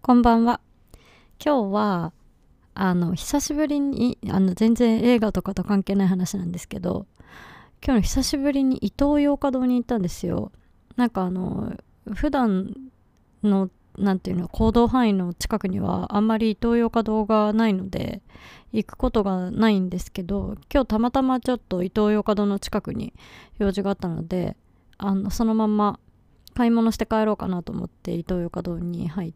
こんばんは。今日は久しぶりに全然映画とかと関係ない話なんですけど、今日の久しぶりにイトーヨーカ堂に行ったんですよ。なんか普段のなんていうの行動範囲の近くにはあんまりイトーヨーカ堂がないので行くことがないんですけど、今日たまたまちょっとイトーヨーカ堂の近くに用事があったので、そのまま買い物して帰ろうかなと思ってイトーヨーカ堂に入って、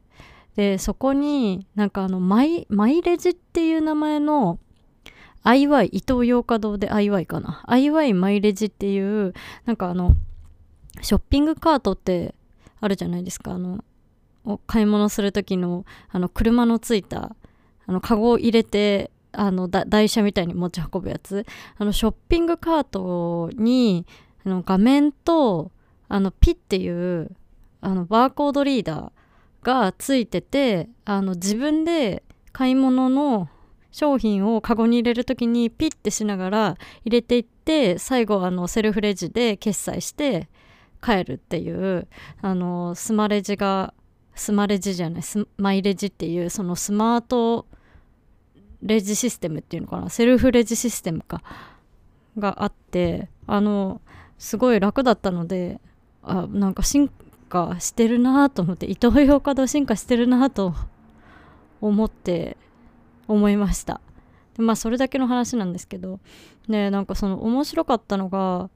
でそこになんかマイレジっていう名前の IY イトーヨーカ堂で IY かな IY マイレジっていうなんかショッピングカートってあるじゃないですか。買い物する時の車のついたカゴを入れて台車みたいに持ち運ぶやつ、ショッピングカートに画面とピッっていうバーコードリーダーがついてて、自分で買い物の商品をカゴに入れるときにピッてしながら入れていって、最後セルフレジで決済して帰るっていう、スマレジじゃないスマイレジっていう、そのスマートレジシステムっていうのかな、セルフレジシステムかがあって、すごい楽だったので、なんか進化してるなと思って、イトーヨーカドー進化してるなと思いました。でそれだけの話なんですけどね。なんかその面白かったのが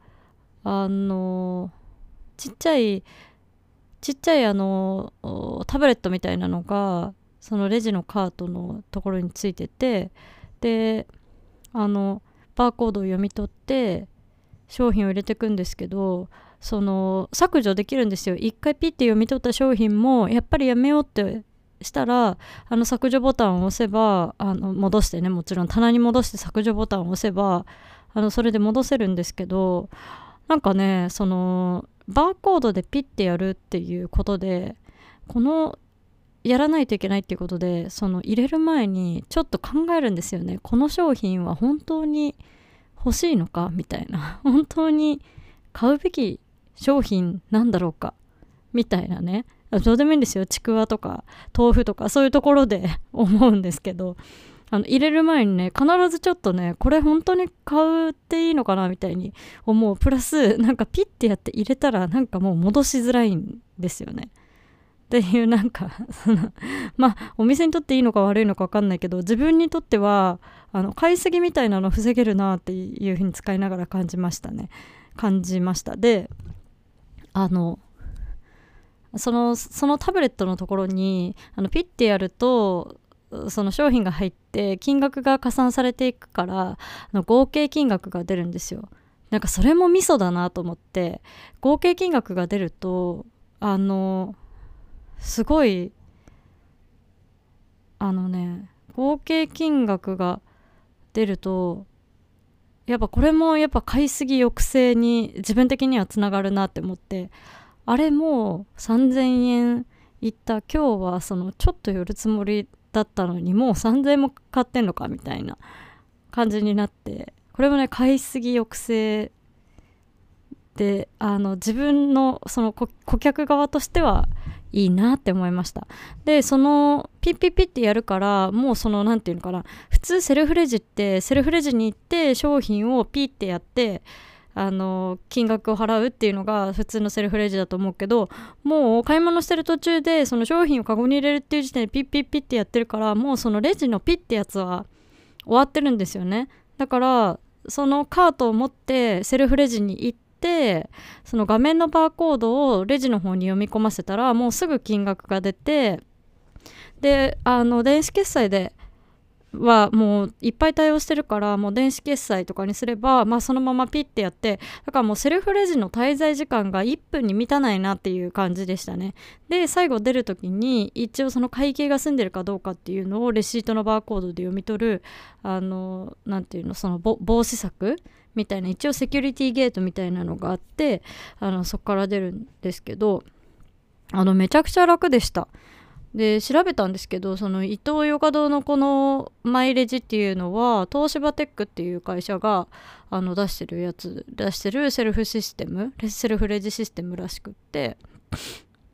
ちっちゃいタブレットみたいなのがそのレジのカートのところについてて、でバーコードを読み取って商品を入れていくんですけど、その削除できるんですよ。一回ピッて読み取った商品もやっぱりやめようってしたら削除ボタンを押せば戻してね、もちろん棚に戻して削除ボタンを押せばそれで戻せるんですけど、なんかね、そのバーコードでピッてやるっていうことでやらないといけないっていうことで、その入れる前にちょっと考えるんですよね。この商品は本当に欲しいのかみたいな、本当に買うべき商品なんだろうかみたいなね。どうでもいいんですよ。ちくわとか豆腐とかそういうところで思うんですけど、入れる前にね、必ずちょっとね、これ本当に買っていいのかなみたいに思う。プラスなんかピッてやって入れたらなんかもう戻しづらいんですよねっていう、なんかお店にとっていいのか悪いのか分かんないけど、自分にとっては買いすぎみたいなの防げるなっていう風に使いながら感じました。でそのタブレットのところにピッてやるとその商品が入って金額が加算されていくから合計金額が出るんですよ。なんかそれもミソだなと思って、合計金額が出るとすごい合計金額が出るとやっぱこれもやっぱ買いすぎ抑制に自分的にはつながるなって思って、あれもう3000円いった、今日はそのちょっと寄るつもりだったのにもう3000円も買ってんのかみたいな感じになって、これもね、買いすぎ抑制で自分のその顧客側としてはいいなって思いました。でそのピッピッピッってやるから、もうそのなんていうのかな、普通セルフレジってセルフレジに行って商品をピッてやって金額を払うっていうのが普通のセルフレジだと思うけど、もう買い物してる途中でその商品をカゴに入れるっていう時点でピッピッピッってやってるから、もうそのレジのピッてやつは終わってるんですよね。だからそのカートを持ってセルフレジに行って、その画面のバーコードをレジの方に読み込ませたらもうすぐ金額が出て、で電子決済ではもういっぱい対応してるから、もう電子決済とかにすれば、そのままピッてやって、だからもうセルフレジの滞在時間が1分に満たないなっていう感じでしたね。で最後出るときに一応その会計が済んでるかどうかっていうのをレシートのバーコードで読み取るなんていうの、その防止策みたいな、一応セキュリティゲートみたいなのがあって、そこから出るんですけど、めちゃくちゃ楽でした。で調べたんですけど、そのイトーヨーカドーのこのマイレジっていうのは東芝テックっていう会社が出してるセルフレジシステムらしくって、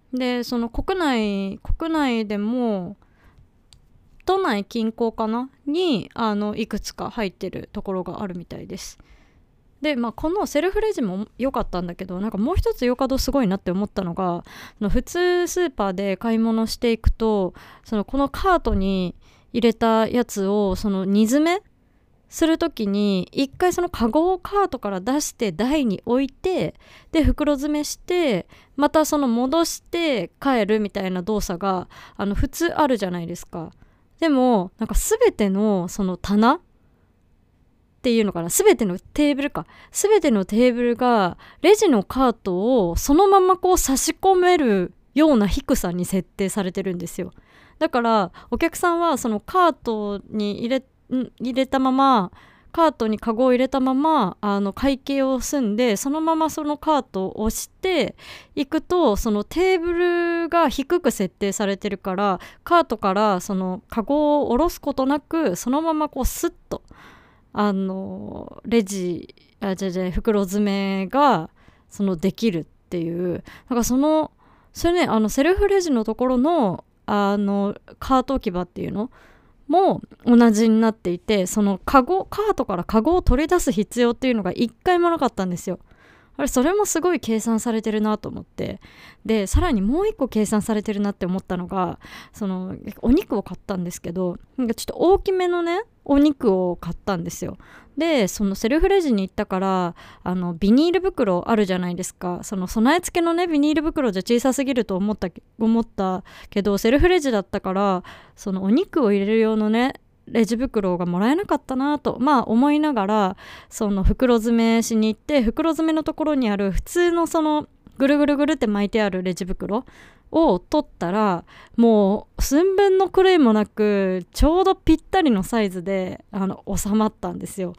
でその国内でも都内近郊かなにいくつか入ってるところがあるみたいです。でこのセルフレジも良かったんだけど、なんかもう一つヨカドすごいなって思ったのが、普通スーパーで買い物していくと、このカートに入れたやつを荷詰めするときに一回そのカゴをカートから出して台に置いて、で袋詰めしてまた戻して帰るみたいな動作が普通あるじゃないですか。でもなんか全ての棚っていうのかな、全てのテーブルがレジのカートをそのままこう差し込めるような低さに設定されてるんですよ。だからお客さんはそのカートに入れたまま、カートにカゴを入れたまま会計を済んで、そのままそのカートを押していくと、そのテーブルが低く設定されてるから、カートからそのカゴを下ろすことなくそのままこうスッとレジ袋詰めができるっていう。なんかそれね、セルフレジのところのカート置き場っていうのも同じになっていて、カートからカゴを取り出す必要っていうのが一回もなかったんですよ。それもすごい計算されてるなと思って、でさらにもう一個計算されてるなって思ったのが、お肉を買ったんですけど、なんかちょっと大きめのねお肉を買ったんですよ。でセルフレジに行ったから、ビニール袋あるじゃないですか。備え付けのねビニール袋じゃ小さすぎると思ったけど、セルフレジだったから、お肉を入れる用のねレジ袋がもらえなかったなと思いながら、袋詰めしに行って、袋詰めのところにある普通のぐるぐるぐるって巻いてあるレジ袋を取ったら、もう寸分の狂いもなくちょうどぴったりのサイズで収まったんですよ。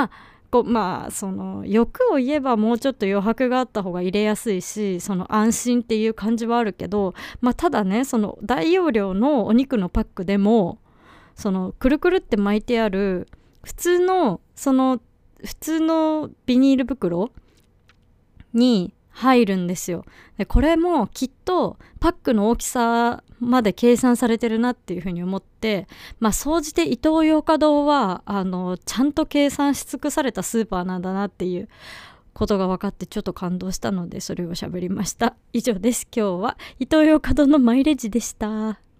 欲を言えばもうちょっと余白があった方が入れやすいし、安心っていう感じはあるけど、ただね、大容量のお肉のパックでもくるくるって巻いてある普通のビニール袋に入るんですよ。でこれもきっとパックの大きさまで計算されてるなっていうふうに思って、総じてイトーヨーカドーはちゃんと計算し尽くされたスーパーなんだなっていうことが分かって、ちょっと感動したのでそれを喋りました。以上です。今日はイトーヨーカドーのマイレジでした。